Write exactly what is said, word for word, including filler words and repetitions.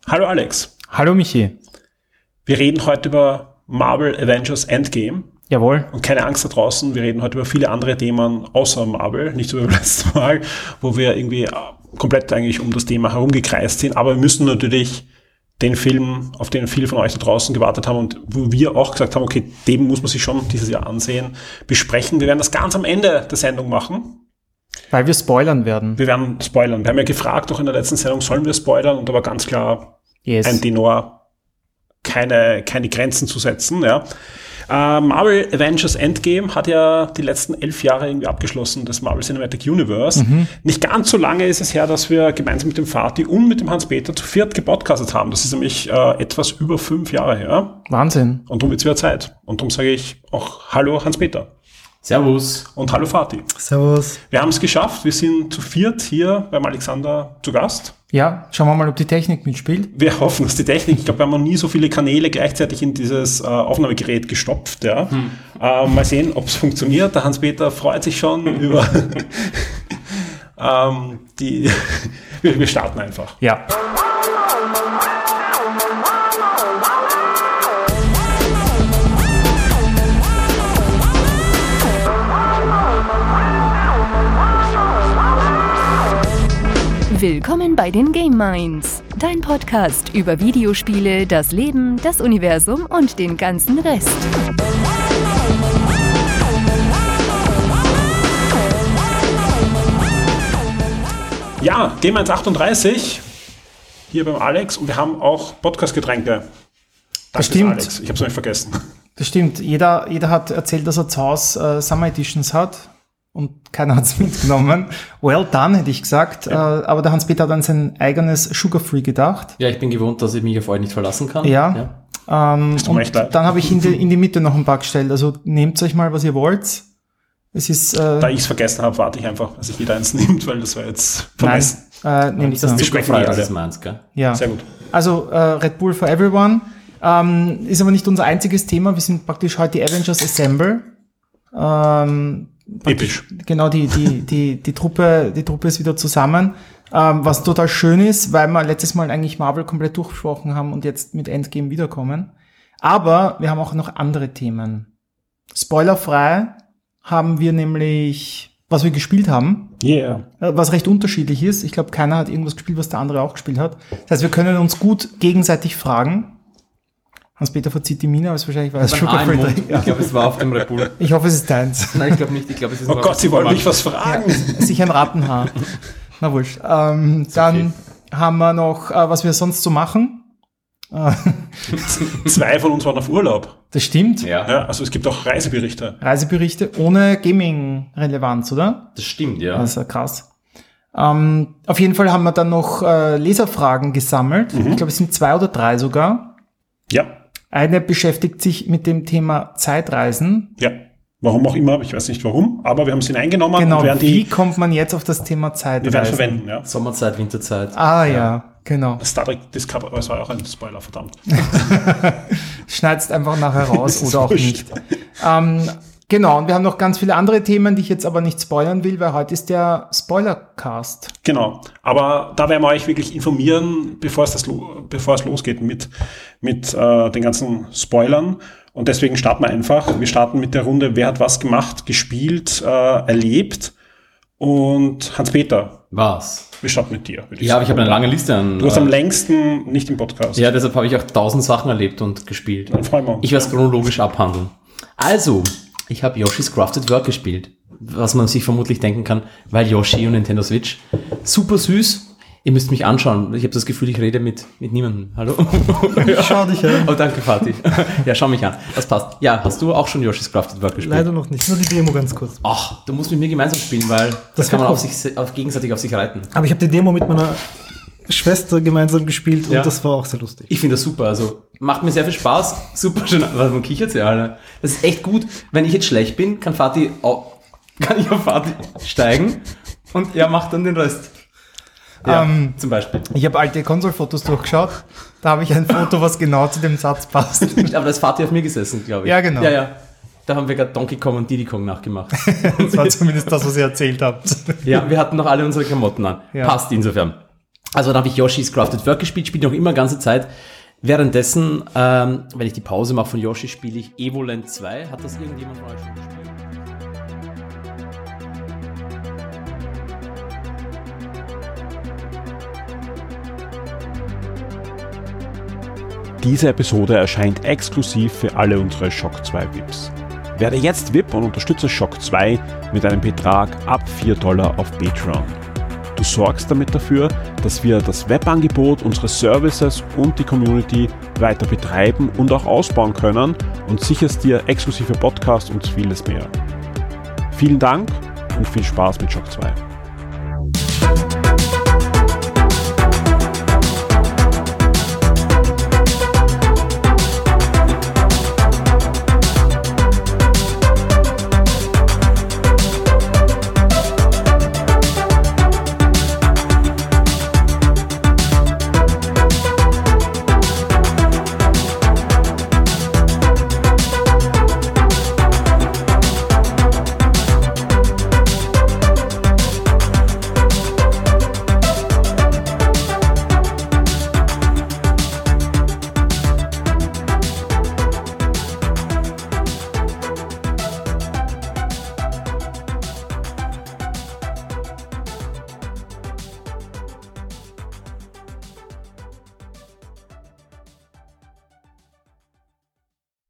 Hallo Alex. Hallo Michi. Wir reden heute über Marvel Avengers Endgame. Jawohl. Und keine Angst da draußen, wir reden heute über viele andere Themen außer Marvel, nicht so wie beim letzten Mal, wo wir irgendwie komplett eigentlich um das Thema herumgekreist sind. Aber wir müssen natürlich den Film, auf den viele von euch da draußen gewartet haben und wo wir auch gesagt haben, okay, den muss man sich schon dieses Jahr ansehen, besprechen. Wir werden das ganz am Ende der Sendung machen. Weil wir spoilern werden. Wir werden spoilern. Wir haben ja gefragt, auch in der letzten Sendung, sollen wir spoilern? Und da war ganz klar yes. ein Tenor, keine, keine Grenzen zu setzen. Ja. Uh, Marvel Avengers Endgame hat ja die letzten elf Jahre irgendwie abgeschlossen, das Marvel Cinematic Universe. Mhm. Nicht ganz so lange ist es her, dass wir gemeinsam mit dem Vati und mit dem Hans-Peter zu viert gepodcastet haben. Das ist nämlich uh, etwas über fünf Jahre her. Wahnsinn. Und darum wird es wieder Zeit. Und darum sage ich auch Hallo Hans-Peter. Servus. Und hallo Vati. Servus. Wir haben es geschafft. Wir sind zu viert hier beim Alexander zu Gast. Ja, schauen wir mal, ob die Technik mitspielt. Wir hoffen, dass die Technik, ich glaube, wir haben noch nie so viele Kanäle gleichzeitig in dieses äh, Aufnahmegerät gestopft. Ja. Hm. Äh, mal sehen, ob es funktioniert. Der Hans-Peter freut sich schon über ähm, die... wir, wir starten einfach. Ja. Willkommen bei den Game Minds, dein Podcast über Videospiele, das Leben, das Universum und den ganzen Rest. Ja, Game Minds achtunddreißig, hier beim Alex, und wir haben auch Podcast-Getränke. Das stimmt. Alex, ich habe es nicht vergessen. Das stimmt. Jeder, jeder hat erzählt, dass er zu Hause äh, Summer Editions hat. Und keiner hat es mitgenommen. Well done, hätte ich gesagt. Ja. Äh, aber der Hans-Peter hat an sein eigenes Sugar-Free gedacht. Ja, ich bin gewohnt, dass ich mich auf euch nicht verlassen kann. Ja. ja. Ähm, und dann habe ich in die, in die Mitte noch ein paar gestellt. Also nehmt euch mal, was ihr wollt. Es ist, äh, da ich es vergessen habe, warte ich einfach, dass ich jeder eins nimmt, weil das war jetzt vermessen. Nein, äh, nehmt das zuckerfrei, das ist meins, gell? Ja. Sehr gut. Also äh, Red Bull for everyone. Ähm, ist aber nicht unser einziges Thema. Wir sind praktisch heute die Avengers Assemble. Ähm, Episch. Genau, die, die, die, die Truppe, die Truppe ist wieder zusammen. Ähm, was total schön ist, weil wir letztes Mal eigentlich Marvel komplett durchgesprochen haben und jetzt mit Endgame wiederkommen. Aber wir haben auch noch andere Themen. Spoilerfrei haben wir nämlich, was wir gespielt haben. Yeah. Was recht unterschiedlich ist. Ich glaube, keiner hat irgendwas gespielt, was der andere auch gespielt hat. Das heißt, wir können uns gut gegenseitig fragen. Hans-Peter verzieht die Miene, aber es wahrscheinlich war es Sugar-Free. Ich glaube, es war auf dem Red Bull. Ich hoffe, es ist deins. Nein, ich glaube nicht. Ich glaube, es ist oh Gott, Sie wollen mich was fragen. Ja, sicher ein Rattenhaar. Na wurscht. Ähm, dann okay. haben wir noch, äh, was wir sonst so machen. Zwei von uns waren auf Urlaub. Das stimmt. Ja. Ja, also es gibt auch Reiseberichte. Reiseberichte ohne Gaming-Relevanz, oder? Das stimmt, ja. Das ist ja krass. Ähm, auf jeden Fall haben wir dann noch äh, Leserfragen gesammelt. Mhm. Ich glaube, es sind zwei oder drei sogar. Ja. Eine beschäftigt sich mit dem Thema Zeitreisen. Ja, warum auch immer, ich weiß nicht warum, aber wir haben es hineingenommen. Genau, und werden wie die, kommt man jetzt auf das Thema Zeitreisen? Wir werden verwenden, ja. Sommerzeit, Winterzeit. Ah ja, ja genau. Star Trek Discovery, das war auch ein Spoiler, verdammt. Schneidest einfach nachher raus oder auch nicht. Ähm, genau, und wir haben noch ganz viele andere Themen, die ich jetzt aber nicht spoilern will, weil heute ist der Spoilercast. Genau, aber da werden wir euch wirklich informieren, bevor es, das lo- bevor es losgeht mit, mit äh, den ganzen Spoilern. Und deswegen starten wir einfach. Wir starten mit der Runde, wer hat was gemacht, gespielt, äh, erlebt. Und Hans-Peter. Was? Wir starten mit dir. Ja, aber ich habe eine lange Liste an... Du hast am längsten nicht im Podcast. Ja, deshalb habe ich auch tausend Sachen erlebt und gespielt. Dann freuen wir uns. Ich werde es chronologisch abhandeln. Also, ich habe Yoshi's Crafted World gespielt. Was man sich vermutlich denken kann, weil Yoshi und Nintendo Switch. Super süß. Ihr müsst mich anschauen. Ich habe das Gefühl, ich rede mit, mit niemandem. Hallo? Ja. Schau dich an. Oh, danke, Fatih. Ja, schau mich an. Das passt. Ja, hast du auch schon Yoshi's Crafted World gespielt? Leider noch nicht. Nur die Demo ganz kurz. Ach, du musst mit mir gemeinsam spielen, weil das, das kann man auf sich, auf, gegenseitig auf sich reiten. Aber ich habe die Demo mit meiner Schwester gemeinsam gespielt und ja. das war auch sehr lustig. Ich finde das super. Also macht mir sehr viel Spaß. Super schön. Was man kichert ja alle. Das ist echt gut. Wenn ich jetzt schlecht bin, kann Fatih auch, kann ich auf Fatih steigen und er macht dann den Rest. Ja, ähm, zum Beispiel. Ich habe alte Konsolfotos durchgeschaut. Da habe ich ein Foto, was genau zu dem Satz passt. Aber da ist Fatih auf mir gesessen, glaube ich. Ja, genau. Ja, ja. Da haben wir gerade Donkey Kong und Diddy Kong nachgemacht. Das war zumindest das, was ihr erzählt habt. Ja, wir hatten noch alle unsere Klamotten an. Ja. Passt insofern. Also dann habe ich Yoshi's Crafted World gespielt, spiele noch immer ganze Zeit. Währenddessen, ähm, wenn ich die Pause mache von Yoshi, spiele ich Evoland zwei. Hat das irgendjemand von euch schon gespielt? Diese Episode erscheint exklusiv für alle unsere Shock zwei V I Ps. Werde jetzt V I P und unterstütze Shock zwei mit einem Betrag ab vier Dollar auf Patreon. Du sorgst damit dafür, dass wir das Webangebot, unsere Services und die Community weiter betreiben und auch ausbauen können und sicherst dir exklusive Podcasts und vieles mehr. Vielen Dank und viel Spaß mit Shock zwei.